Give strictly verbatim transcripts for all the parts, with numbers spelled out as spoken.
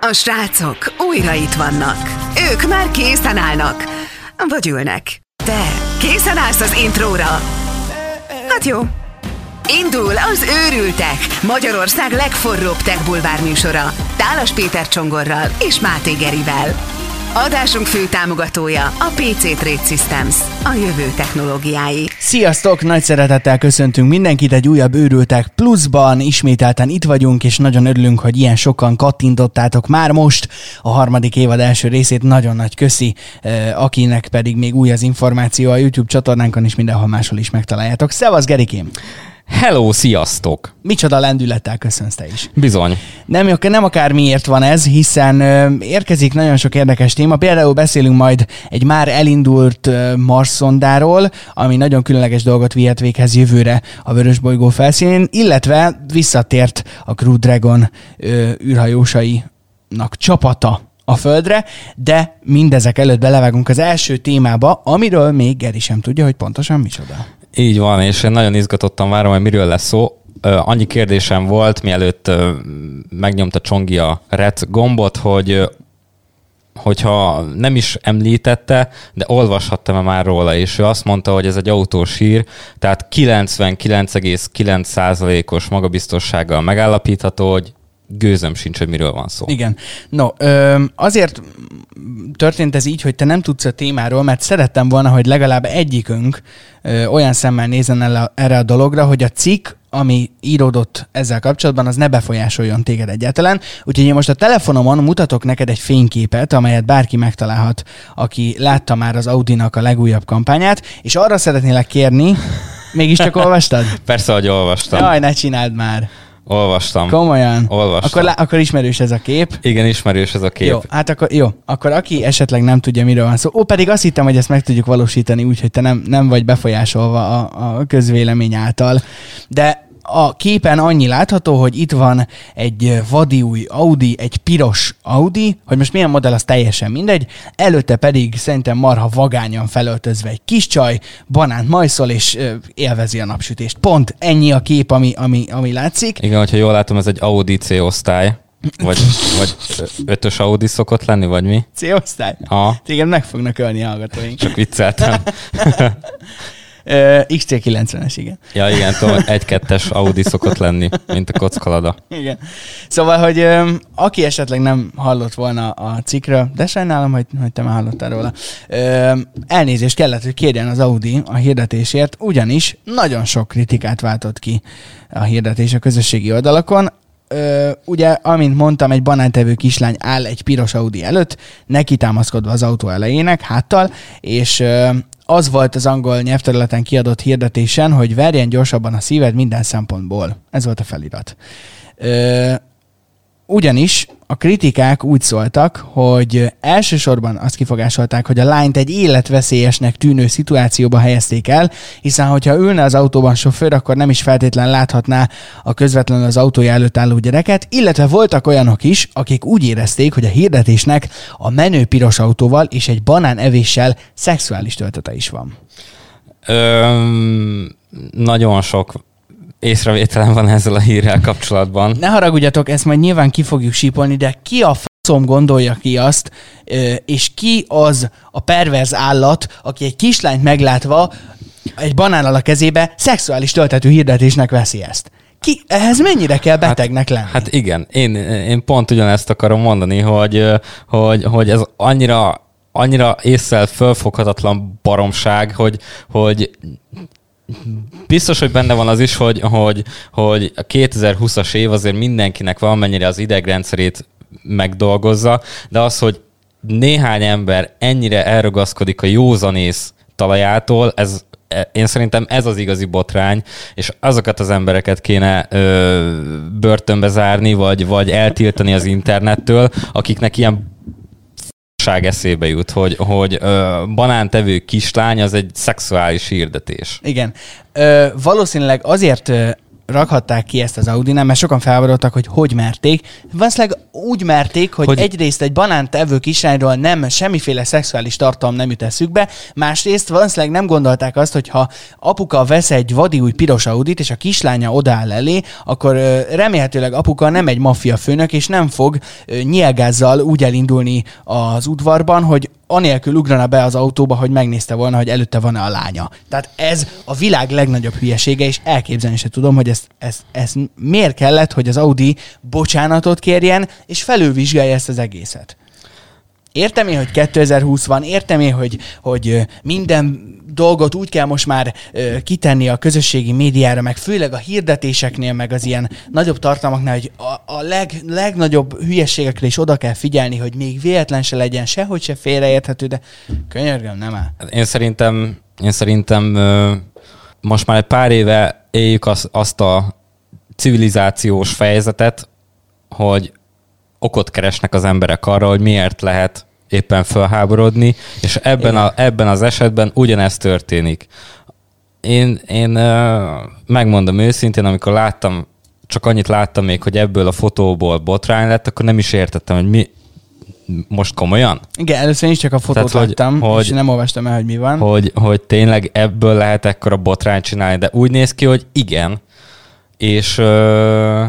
A srácok újra itt vannak. Ők már készen állnak. Vagy ülnek. Te készen állsz az intróra? Hát jó. Indul az Őrültek, Magyarország legforróbb tech bulvár műsora. Tálas Péter Csongorral és Máté Gerivel. Adásunk fő támogatója a pé cé Trade Systems, a jövő technológiái. Sziasztok! Nagy szeretettel köszöntünk mindenkit egy újabb Őrültek Pluszban. Ismételten itt vagyunk, és nagyon örülünk, hogy ilyen sokan kattintottátok már most a harmadik évad első részét. Nagyon nagy köszi, akinek pedig még új az információ a YouTube csatornánkon, és mindenhol máshol is megtaláljátok. Szevasz, Gerikém! Hello, sziasztok! Micsoda lendülettel köszönsz te is. Bizony. Nem, nem akármiért van ez, hiszen ö, érkezik nagyon sok érdekes téma. Például beszélünk majd egy már elindult ö, Mars-szondáról, ami nagyon különleges dolgot vihet véghez jövőre a Vörösbolygó felszínén, illetve visszatért a Crew Dragon ö, űrhajósainak csapata a Földre, de mindezek előtt belevágunk az első témába, amiről még Geri sem tudja, hogy pontosan micsoda. Így van, és én nagyon izgatottan várom, hogy miről lesz szó. Annyi kérdésem volt, mielőtt megnyomta Csongi a rec gombot, hogy hogyha nem is említette, de olvashattam-e már róla, és ő azt mondta, hogy ez egy autós hír, tehát kilencvenkilenc egész kilenc százalékos magabiztossággal megállapítható, hogy gőzöm sincs, hogy miről van szó. Igen. No, azért történt ez így, hogy te nem tudsz a témáról, mert szerettem volna, hogy legalább egyikünk olyan szemmel nézzen el erre a dologra, hogy a cikk, ami íródott ezzel kapcsolatban, az ne befolyásoljon téged egyáltalán. Úgyhogy én most a telefonomon mutatok neked egy fényképet, amelyet bárki megtalálhat, aki látta már az Audinak a legújabb kampányát, és arra szeretnélek kérni, mégiscsak olvastad? Persze, hogy olvastam. Jaj, ne csináld már. Olvastam. Komolyan? Olvastam. Akkor, lá- akkor ismerős ez a kép. Igen, ismerős ez a kép. Jó, hát akkor, jó. Akkor aki esetleg nem tudja, miről van szó. Ó, pedig azt hittem, hogy ezt meg tudjuk valósítani úgy, hogy te nem, nem vagy befolyásolva a, a közvélemény által. De a képen annyi látható, hogy itt van egy vadi új Audi, egy piros Audi, hogy most milyen modell, az teljesen mindegy. Előtte pedig szerintem marha vagányan felöltözve egy kis csaj, banánt majszol és ö, élvezi a napsütést. Pont ennyi a kép, ami, ami, ami látszik. Igen, hogyha jól látom, ez egy Audi C-osztály. Vagy, vagy ötös Audi szokott lenni, vagy mi? C-osztály? Aha. Téged meg fognak ölni a hallgatóink. Csak vicceltem. iksz cé kilencvenes, igen. Ja, igen, tudom, egy-kettes Audi szokott lenni, mint a kockalada. Igen. Szóval, hogy ö, aki esetleg nem hallott volna a cikkről, de sajnálom, hogy, hogy te már hallottál róla, ö, elnézést kellett, hogy kérjen az Audi a hirdetésért, ugyanis nagyon sok kritikát váltott ki a hirdetés a közösségi oldalakon. Ö, ugye, amint mondtam, egy banántevő kislány áll egy piros Audi előtt, neki támaszkodva az autó elejének, háttal, és ö, az volt az angol nyelvterületen kiadott hirdetésen, hogy verjen gyorsabban a szíved minden szempontból. Ez volt a felirat. Ö, ugyanis a kritikák úgy szóltak, hogy elsősorban azt kifogásolták, hogy a lányt egy életveszélyesnek tűnő szituációba helyezték el, hiszen hogyha ülne az autóban sofőr, akkor nem is feltétlen láthatná a közvetlenül az autója előtt álló gyereket, illetve voltak olyanok is, akik úgy érezték, hogy a hirdetésnek a menő piros autóval és egy banán evéssel szexuális töltete is van. Öm, nagyon sok észrevételem van ezzel a hírrel kapcsolatban. Ne haragudjatok, ezt majd nyilván ki fogjuk sípolni, de ki a faszom gondolja ki azt, és ki az a perverz állat, aki egy kislányt meglátva egy banánnal a kezébe szexuális töltetű hirdetésnek veszi ezt? Ki, ehhez mennyire kell betegnek lenni? Hát, hát igen, én, én pont ugyanezt akarom mondani, hogy, hogy, hogy ez annyira, annyira észszel fölfoghatatlan baromság, hogy, hogy biztos, hogy benne van az is, hogy, hogy, hogy a kétezer-húszas év azért mindenkinek valamennyire az idegrendszerét megdolgozza, de az, hogy néhány ember ennyire elragaszkodik a józanész talajától, ez, én szerintem ez az igazi botrány, és azokat az embereket kéne ö, börtönbe zárni, vagy, vagy eltiltani az internettől, akiknek ilyen eszébe jut, hogy, hogy ö, banántevő kislány az egy szexuális hirdetés. Igen. Ö, valószínűleg azért ö, rakhatták ki ezt az Audinál, mert sokan felháborodtak, hogy hogy merték. Valószínűleg úgy merték, hogy, hogy egyrészt egy banánt evő kislányról nem semmiféle szexuális tartalom nem jut eszükbe, másrészt valószínűleg nem gondolták azt, hogy ha apuka vesz egy vadi új piros Audit, és a kislánya odaáll elé, akkor remélhetőleg apuka nem egy maffia főnök, és nem fog nyílgázzal úgy elindulni az udvarban, hogy anélkül ugrana be az autóba, hogy megnézte volna, hogy előtte van-e a lánya. Tehát ez a világ legnagyobb hülyesége, és elképzelni se tudom, hogy ezt, ezt, ezt miért kellett, hogy az Audi bocsánatot kérjen, és felülvizsgálja ezt az egészet. Értem én, hogy kétezer-húsz van, értem én, hogy, hogy minden dolgot úgy kell most már uh, kitenni a közösségi médiára, meg főleg a hirdetéseknél, meg az ilyen nagyobb tartalmaknál, hogy a, a leg, legnagyobb hülyeségekre is oda kell figyelni, hogy még véletlen se legyen, sehogy se félreérthető, de könyörgöm, nem áll. Én szerintem, én szerintem uh, most már egy pár éve éljük az, azt a civilizációs fejezetet, hogy okot keresnek az emberek arra, hogy miért lehet éppen felháborodni, és ebben, a, ebben az esetben ugyanezt történik. Én, én uh, megmondom őszintén, amikor láttam, csak annyit láttam még, hogy ebből a fotóból botrány lett, akkor nem is értettem, hogy mi most komolyan? Igen, először is csak a fotót Tehát, láttam, hogy, és nem olvastam el, hogy mi van. Hogy, hogy tényleg ebből lehet ekkora botrányt csinálni, de úgy néz ki, hogy igen, és uh,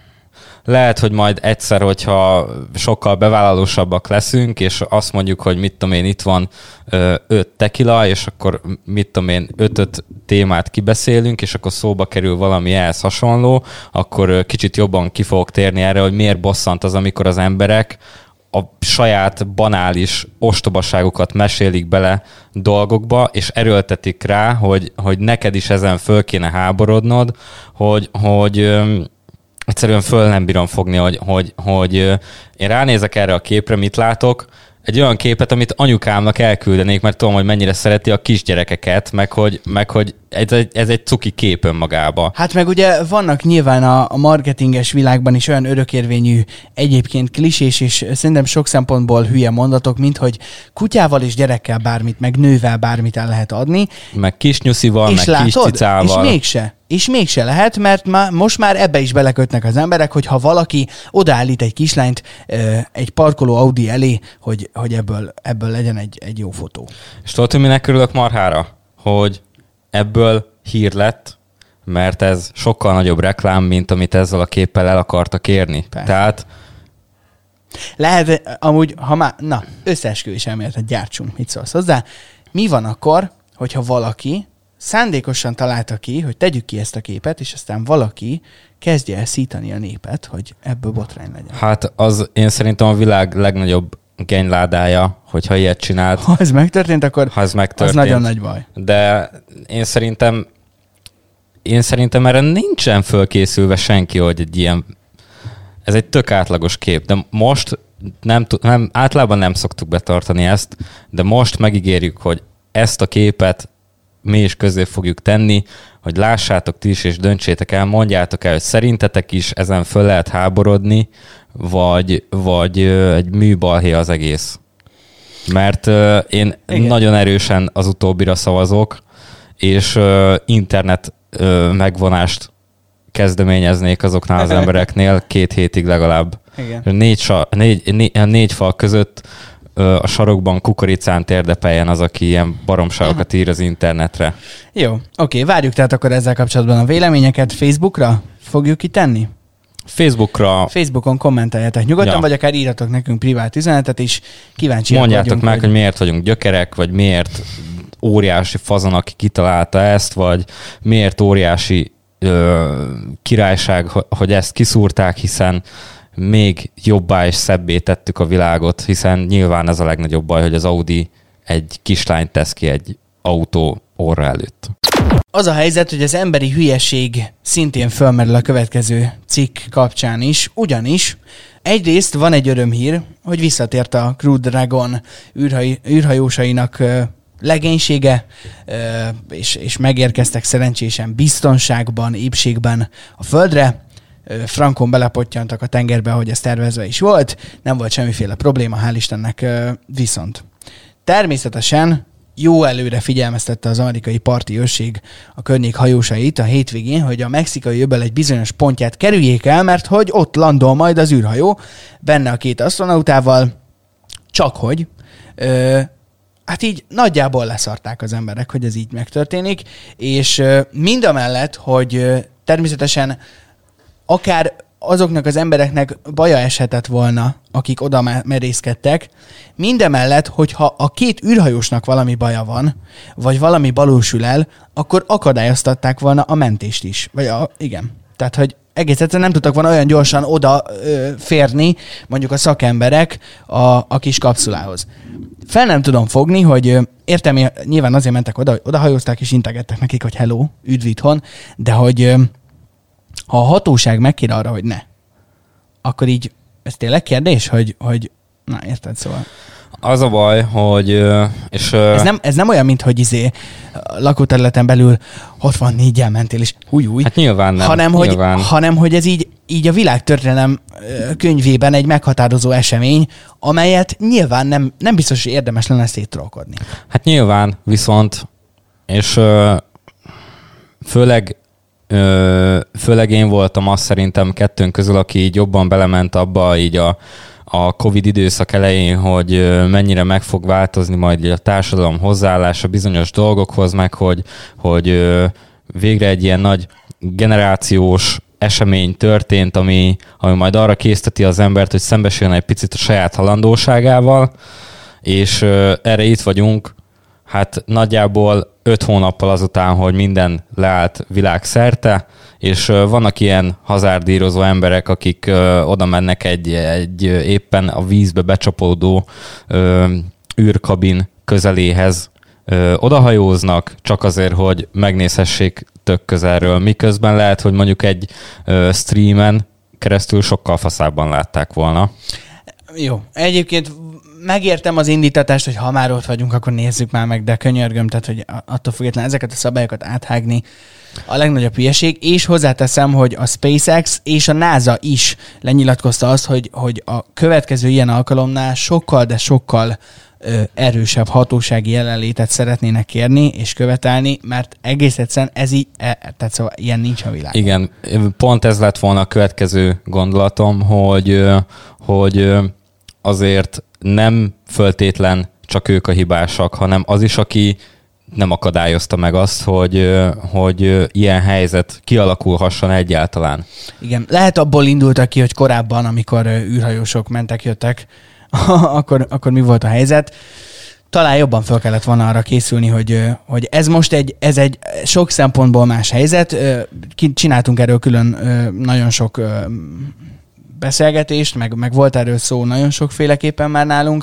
lehet, hogy majd egyszer, hogyha sokkal bevállalósabbak leszünk, és azt mondjuk, hogy mit tudom én, itt van öt tekila, és akkor mit tudom én, öt-öt témát kibeszélünk, és akkor szóba kerül valami ehhez hasonló, akkor kicsit jobban ki fogok térni erre, hogy miért bosszant az, amikor az emberek a saját banális ostobaságukat mesélik bele dolgokba, és erőltetik rá, hogy, hogy neked is ezen föl kéne háborodnod, hogy, hogy egyszerűen föl nem bírom fogni, hogy, hogy, hogy én ránézek erre a képre, mit látok, egy olyan képet, amit anyukámnak elküldenék, mert tudom, hogy mennyire szereti a kisgyerekeket, meg hogy, meg hogy ez, egy, ez egy cuki kép önmagába. Hát meg ugye vannak nyilván a, a marketinges világban is olyan örökérvényű, egyébként klisés, és szerintem sok szempontból hülye mondatok, mint hogy kutyával és gyerekkel bármit, meg nővel bármit el lehet adni. Meg kisnyuszival, és meg látod, kis cicával. És mégse. És mégse lehet, mert má, most már ebbe is belekötnek az emberek, hogy ha valaki odaállít egy kislányt egy parkoló Audi elé, hogy, hogy ebből, ebből legyen egy, egy jó fotó. És tudod, hogy minek örülök marhára? Hogy ebből hír lett, mert ez sokkal nagyobb reklám, mint amit ezzel a képpel el akartak érni. Persze. Tehát lehet, amúgy, ha már, na, összeesküvés elméletet gyártsunk, mit szólsz hozzá. Mi van akkor, hogyha valaki szándékosan találta ki, hogy tegyük ki ezt a képet, és aztán valaki kezdje el szítani a népet, hogy ebből botrány legyen. Hát az én szerintem a világ legnagyobb genyládája, hogyha ilyet csinált. Ha ez megtörtént, akkor ha ez megtörtént, az nagyon nagy baj. De én szerintem én szerintem erre nincsen fölkészülve senki, hogy egy ilyen, ez egy tök átlagos kép, de most nem, nem, általában nem szoktuk betartani ezt, de most megígérjük, hogy ezt a képet mi is közé fogjuk tenni, hogy lássátok ti is, és döntsétek el, mondjátok el, hogy szerintetek is ezen föl lehet háborodni, vagy, vagy egy műbalhé az egész. Mert uh, én Igen. nagyon erősen az utóbbira szavazok, és uh, internet uh, megvonást kezdeményeznék azoknál az embereknél két hétig legalább. Igen. Négy, sa, négy, négy, négy fal között a sarokban kukoricán térdepeljen az, aki ilyen baromságokat ír az internetre. Jó, oké, várjuk tehát akkor ezzel kapcsolatban a véleményeket. Facebookra fogjuk kitenni? Facebookra. Facebookon kommenteljetek nyugodtan, ja. vagy akár írjatok nekünk privát üzenetet is. Kíváncsiak Mondjátok vagyunk, meg, hogy... hogy miért vagyunk gyökerek, vagy miért óriási fazon, aki kitalálta ezt, vagy miért óriási ö, királyság, hogy ezt kiszúrták, hiszen még jobbá és szebbé tettük a világot, hiszen nyilván ez a legnagyobb baj, hogy az Audi egy kislányt tesz ki egy autó orra előtt. Az a helyzet, hogy az emberi hülyeség szintén fölmerül a következő cikk kapcsán is, ugyanis egyrészt van egy örömhír, hogy visszatért a Crew Dragon űrhaj, űrhajósainak legénysége, és, és megérkeztek szerencsésen biztonságban, épségben a Földre. Frankon belepottyantak a tengerbe, ahogy ez tervezve is volt, nem volt semmiféle probléma, hál' Istennek, viszont természetesen jó előre figyelmeztette az amerikai parti őrség a környék hajósait a hétvégén, hogy a mexikai öböl egy bizonyos pontját kerüljék el, mert hogy ott landol majd az űrhajó, benne a két asztronautával, csak hogy ö, hát így nagyjából leszarták az emberek, hogy ez így megtörténik, és ö, mindamellett, hogy ö, természetesen akár azoknak az embereknek baja eshetett volna, akik oda merészkedtek, mindemellett, hogyha a két űrhajósnak valami baja van, vagy valami balul el, akkor akadályoztatták volna a mentést is. Vagy a, igen. Tehát, hogy egész egyszerűen nem tudtak volna olyan gyorsan oda ö, férni, mondjuk a szakemberek a, a kis kapszulához. Fel nem tudom fogni, hogy ö, értem, nyilván azért mentek oda, hogy odahajózták és integettek nekik, hogy hello, üdv itthon, de hogy ö, ha a hatóság megkér arra, hogy ne, akkor így, ez tényleg kérdés, hogy, hogy na érted, szóval. Az a baj, hogy... És, ez, nem, ez nem olyan, mint hogy izé a lakóterületen belül hatvannégyel mentél, és húj, húj. Hát nyilván nem. Hanem, nyilván. Hogy, hanem, hogy ez így, így a világtörténelem könyvében egy meghatározó esemény, amelyet nyilván nem, nem biztos, hogy érdemes lenne széttrollkodni. Hát nyilván, viszont, és főleg főleg én voltam azt szerintem kettőnk közül, aki így jobban belement abba így a, a Covid időszak elején, hogy mennyire meg fog változni majd a társadalom hozzáállása bizonyos dolgokhoz, meg hogy, hogy végre egy ilyen nagy generációs esemény történt, ami, ami majd arra készteti az embert, hogy szembesüljön egy picit a saját halandóságával, és erre itt vagyunk, hát nagyjából öt hónappal azután, hogy minden leállt világszerte, és vannak ilyen hazárdírozó emberek, akik ö, oda mennek egy, egy éppen a vízbe becsapódó ö, űrkabin közeléhez, ö, odahajóznak, csak azért, hogy megnézhessék tök közelről, miközben lehet, hogy mondjuk egy ö, streamen keresztül sokkal faszábban látták volna. Jó, egyébként megértem az indítatást, hogy ha már ott vagyunk, akkor nézzük már meg, de könyörgöm, tehát hogy attól függetlenül ezeket a szabályokat áthágni a legnagyobb hülyeség, és hozzáteszem, hogy a SpaceX és a NASA is lenyilatkozta azt, hogy, hogy a következő ilyen alkalomnál sokkal, de sokkal ö, erősebb hatósági jelenlétet szeretnének kérni és követelni, mert egész egyszerűen ez így, e, tehát szóval ilyen nincs a világon. Igen, pont ez lett volna a következő gondolatom, hogy, hogy azért nem föltétlen csak ők a hibásak, hanem az is, aki nem akadályozta meg azt, hogy, hogy ilyen helyzet kialakulhasson egyáltalán. Igen, lehet abból indultak ki, hogy korábban, amikor űrhajósok mentek, jöttek, akkor, akkor mi volt a helyzet. Talán jobban fel kellett volna arra készülni, hogy, hogy ez most egy, ez egy sok szempontból más helyzet. Csináltunk erről külön nagyon sok beszélgetést, meg, meg volt erről szó nagyon sokféleképpen már nálunk.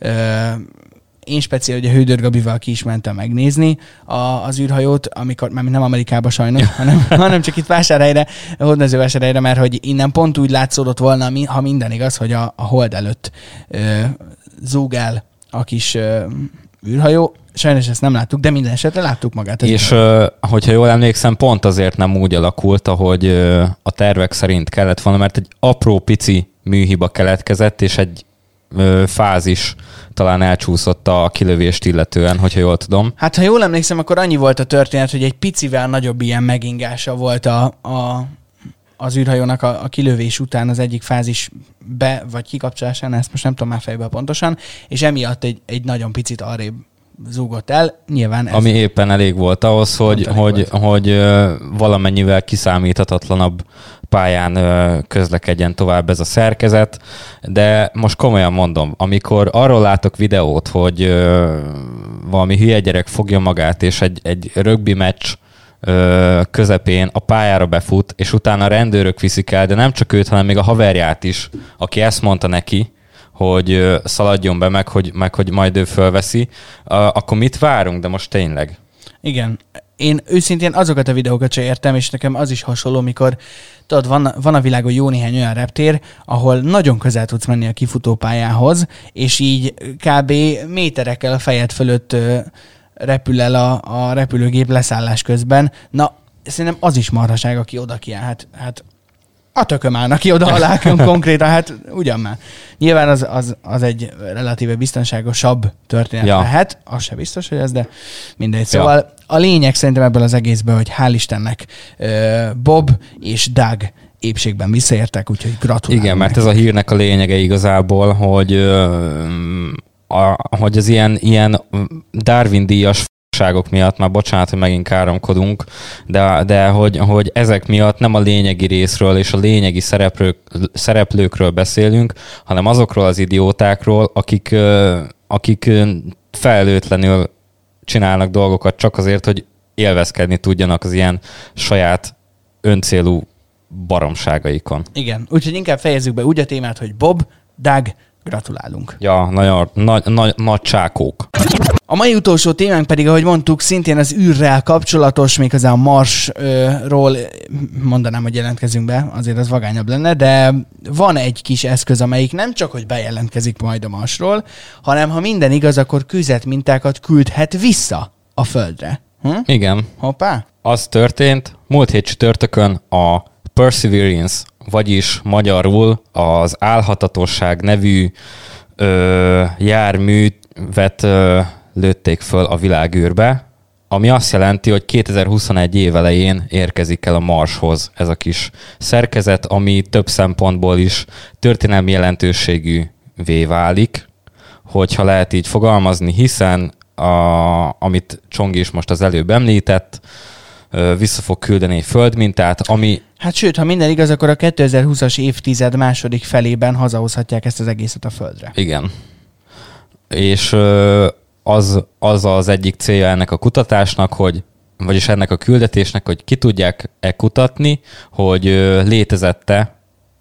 Én speciál, hogy a Hődör Gabival ki is mentem megnézni a, az űrhajót, amikor, már nem Amerikába sajnos, hanem, hanem csak itt Vásárhelyre, Hódmezővásárhelyre, mert hogy innen pont úgy látszódott volna, ha minden igaz, hogy a, a hold előtt ö, zúg el a kis ö, űrhajó. Sajnos ezt nem láttuk, de minden esetre láttuk magát. És uh, hogyha jól emlékszem, pont azért nem úgy alakult, ahogy uh, a tervek szerint kellett volna, mert egy apró pici műhiba keletkezett, és egy uh, fázis talán elcsúszott a kilövést illetően, hogyha jól tudom. Hát ha jól emlékszem, akkor annyi volt a történet, hogy egy picivel nagyobb ilyen megingása volt a, a, az űrhajónak a, a kilövés után az egyik fázis be, vagy kikapcsolásán, ezt most nem tudom már fejből pontosan, és emiatt egy, egy nagyon picit arrébb zúgott el. Nyilván ez ami éppen elég volt ahhoz, hogy, hogy, volt. hogy valamennyivel kiszámíthatatlanabb pályán közlekedjen tovább ez a szerkezet, de most komolyan mondom, amikor arról látok videót, hogy valami hülye gyerek fogja magát, és egy, egy rögbi meccs közepén a pályára befut, és utána a rendőrök viszik el, de nem csak őt, hanem még a haverját is, aki ezt mondta neki, hogy szaladjon be, meg hogy, meg hogy majd ő fölveszi, akkor mit várunk, de most tényleg? Igen. Én őszintén azokat a videókat sem értem, és nekem az is hasonló, mikor tudod, van, van a világon jó néhány olyan reptér, ahol nagyon közel tudsz menni a kifutópályához, és így kb. Méterekkel a fejed fölött repül el a, a repülőgép leszállás közben. Na, szerintem az is marhaság, aki oda kiáll. Hát, hát a tököm állnak ki oda alá konkrétan, hát ugyan már. Nyilván az, az, az egy relatíve biztonságosabb történet ja. lehet, az se biztos, hogy ez, de mindegy. Szóval ja. a lényeg szerintem ebből az egészből, hogy hál' Istennek Bob és Doug épségben visszaértek, úgyhogy gratulálok. Igen, mert ez a hírnek a lényege igazából, hogy, a, hogy az ilyen, ilyen Darwin-díjas miatt, már bocsánat, hogy megint káromkodunk, de, de hogy, hogy ezek miatt nem a lényegi részről és a lényegi szereplők, szereplőkről beszélünk, hanem azokról az idiótákról, akik, akik felelőtlenül csinálnak dolgokat csak azért, hogy élvezkedni tudjanak az ilyen saját öncélú baromságaikon. Igen, úgyhogy inkább fejezzük be úgy a témát, hogy Bob, Doug, gratulálunk. Ja, nagyon nagy, nagy, nagy csákók. A mai utolsó témánk pedig, ahogy mondtuk, szintén az űrrel kapcsolatos, méghozzá a Marsról mondanám, hogy jelentkezünk be, azért az vagányabb lenne, de van egy kis eszköz, amelyik nem csak, hogy bejelentkezik majd a Marsról, hanem ha minden igaz, akkor kőzetmintákat küldhet vissza a Földre. Hm? Igen. Hoppá. Az történt, múlt hét csütörtökön a Perseverance, vagyis magyarul az Álhatatosság nevű ö, járművet ö, lőtték föl a világűrbe, ami azt jelenti, hogy kétezer-huszonegy év elején érkezik el a Marshoz ez a kis szerkezet, ami több szempontból is történelmi jelentőségűvé válik, hogyha lehet így fogalmazni, hiszen a, amit Csongi is most az előbb említett, vissza fog küldeni egy földmintát, ami... Hát sőt, ha minden igaz, akkor a kétezer-húszas évtized második felében hazahozhatják ezt az egészet a Földre. Igen. És az az, az egyik célja ennek a kutatásnak, hogy, vagyis ennek a küldetésnek, hogy ki tudják-e kutatni, hogy létezette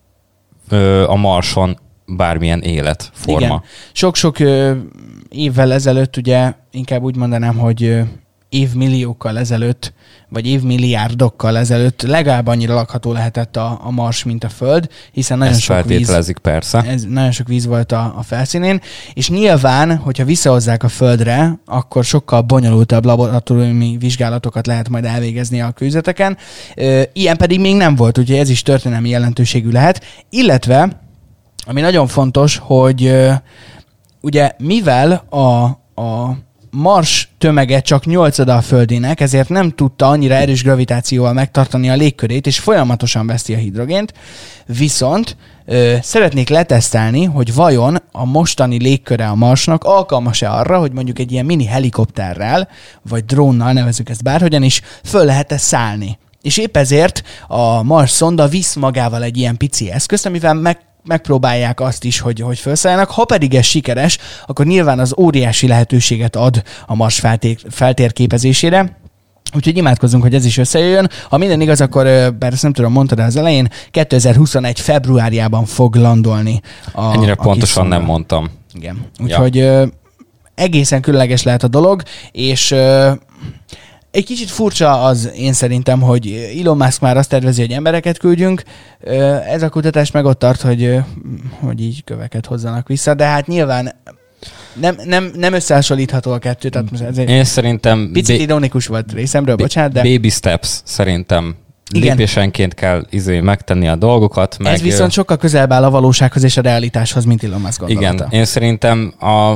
a Marson bármilyen életforma. Igen. Sok-sok évvel ezelőtt, ugye inkább úgy mondanám, hogy évmilliókkal ezelőtt, vagy évmilliárdokkal ezelőtt legalább annyira lakható lehetett a, a Mars, mint a Föld, hiszen nagyon Ezt sok víz, persze. Ez, nagyon sok víz volt a, a felszínén, és nyilván, hogyha visszahozzák a Földre, akkor sokkal bonyolultabb laboratóriumi vizsgálatokat lehet majd elvégezni a kőzeteken. Ilyen pedig még nem volt, úgyhogy ez is történelmi jelentőségű lehet, illetve, ami nagyon fontos, hogy ugye mivel a, a Mars tömege csak nyolcada a Földének, ezért nem tudta annyira erős gravitációval megtartani a légkörét, és folyamatosan veszti a hidrogént. Viszont ö, szeretnék letesztelni, hogy vajon a mostani légköre a Marsnak alkalmas-e arra, hogy mondjuk egy ilyen mini helikopterrel, vagy drónnal, nevezzük ezt bárhogyan is, föl lehet-e szállni. És épp ezért a Mars szonda visz magával egy ilyen pici eszközt, amivel meg megpróbálják azt is, hogy, hogy felszálljanak. Ha pedig ez sikeres, akkor nyilván az óriási lehetőséget ad a Mars feltér, feltérképezésére. Úgyhogy imádkozzunk, hogy ez is összejöjjön. Ha minden igaz, akkor, bár ezt nem tudom, mondtad az elején, kétezer-huszonegy februárjában fog landolni a Ennyire a pontosan nem mondtam. Igen. Úgyhogy ja. egészen különleges lehet a dolog, és egy kicsit furcsa az én szerintem, hogy Elon Musk már azt tervezi, hogy embereket küldjünk. Ez a kutatás meg ott tart, hogy, hogy így köveket hozzanak vissza, de hát nyilván nem, nem, nem összehasonlítható a kettő. Tehát ez egy én szerintem... Picit ba- ironikus volt részemről, ba- bocsánat, de... Baby steps szerintem. Igen. Lépésenként kell izé megtenni a dolgokat. Meg... Ez viszont sokkal közelebb áll a valósághoz és a realitáshoz, mint Elon Musk gondolata. Igen, én szerintem a...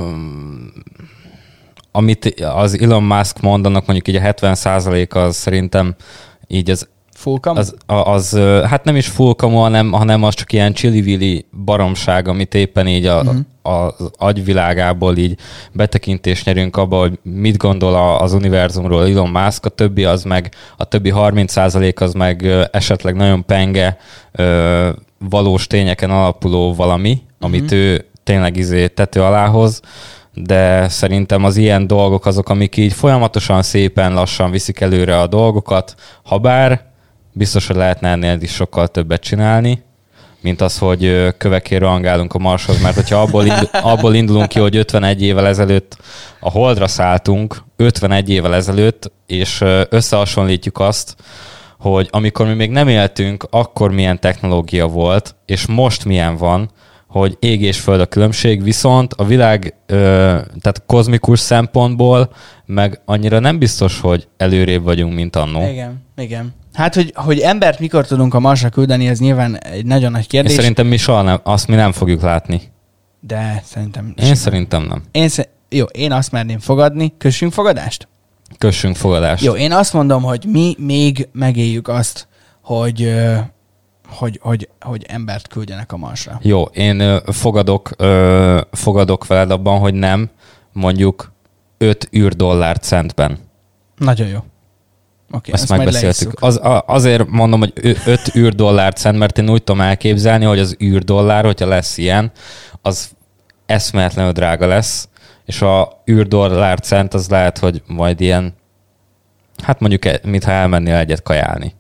amit az Elon Musk mondanak, mondjuk így a hetven százalék az szerintem így az, az, az, hát nem is full kamu, hanem, hanem az csak ilyen chili-vili baromság, amit éppen így a, uh-huh. az agyvilágából így betekintést nyerünk abba, hogy mit gondol az univerzumról Elon Musk, a többi az meg, a többi harminc százalék az meg esetleg nagyon penge, valós tényeken alapuló valami, amit uh-huh. ő tényleg izé tető alá hoz, de szerintem az ilyen dolgok azok, amik így folyamatosan szépen lassan viszik előre a dolgokat, habár biztos, hogy lehetne ennél is sokkal többet csinálni, mint az, hogy kövekért rohangálunk a Marshoz, mert hogyha abból, indul, abból indulunk ki, hogy ötvenegy évvel ezelőtt a Holdra szálltunk, ötvenegy évvel ezelőtt, és összehasonlítjuk azt, hogy amikor mi még nem éltünk, akkor milyen technológia volt, és most milyen van, hogy ég és föld a különbség, viszont a világ, ö, tehát kozmikus szempontból meg annyira nem biztos, hogy előrébb vagyunk, mint annó. Igen, igen. Hát, hogy, hogy embert mikor tudunk a Marsra küldeni, ez nyilván egy nagyon nagy kérdés. És szerintem mi soha nem, azt mi nem fogjuk látni. De szerintem... Én simán. Szerintem nem. Én sz... Jó, én azt merném fogadni. Kössünk fogadást? Kössünk fogadást. Jó, én azt mondom, hogy mi még megéljük azt, hogy, hogy, hogy, hogy embert küldjenek a Marsra. Jó, én fogadok, fogadok veled abban, hogy nem, mondjuk öt űrdollár centben. Nagyon jó. Okay, ezt megbeszéltük. Az, azért mondom, hogy öt űrdollár cent, mert én úgy tudom elképzelni, hogy az űrdollár, hogyha lesz ilyen, az eszméletlenül drága lesz, és a űrdollár cent az lehet, hogy majd ilyen, hát mondjuk, mintha elmennél egyet kajálni.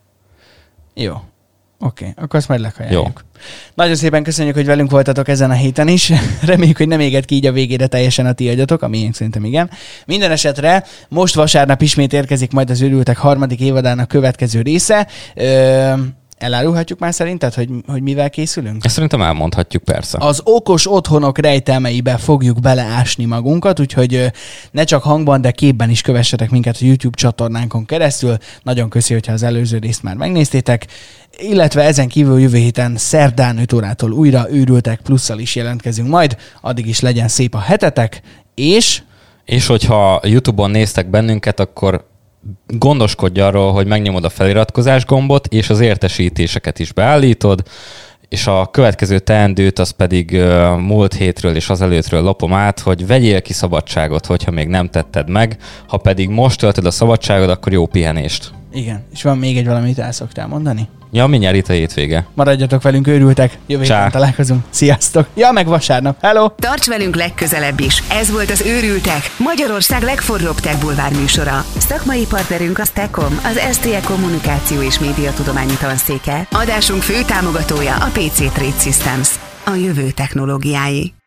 Jó. Oké, okay, akkor azt majd lekajáljuk. Jó. Nagyon szépen köszönjük, hogy velünk voltatok ezen a héten is. Reméljük, hogy nem éget ki így a végére teljesen a ti agyatok, ami én szerintem igen. Minden esetre most vasárnap ismét érkezik majd az Őrültek harmadik évadának következő része. Ö- Elárulhatjuk már szerinted, hogy, hogy mivel készülünk? Ezt szerintem elmondhatjuk, persze. Az okos otthonok rejtelmeibe fogjuk beleásni magunkat, úgyhogy ne csak hangban, de képben is kövessetek minket a YouTube csatornánkon keresztül. Nagyon köszi, hogyha az előző részt már megnéztétek. Illetve ezen kívül jövő héten szerdán öt órától újra Őrültek plusszal is jelentkezünk majd. Addig is legyen szép a hetetek, és... És hogyha YouTube-on néztek bennünket, akkor gondoskodj arról, hogy megnyomod a feliratkozás gombot, és az értesítéseket is beállítod, és a következő teendőt az pedig uh, múlt hétről és azelőttről lopom át, hogy vegyél ki szabadságot, hogyha még nem tetted meg, ha pedig most töltöd a szabadságod, akkor jó pihenést. Igen, és van még egy valamit el szoktál mondani? Ja, mindjárt itt a hétvége. Maradjatok velünk, Őrültek, jövő héten találkozunk. Sziasztok! Ja, meg vasárnap. Hello! Tarts velünk legközelebb is. Ez volt az Őrültek, Magyarország legforróbb tech bulvár műsora. Szakmai partnerünk a Techcom, az es té e Kommunikáció és Médiatudományi Tanszéke. Adásunk fő támogatója a pé cé Trade Systems, a jövő technológiái.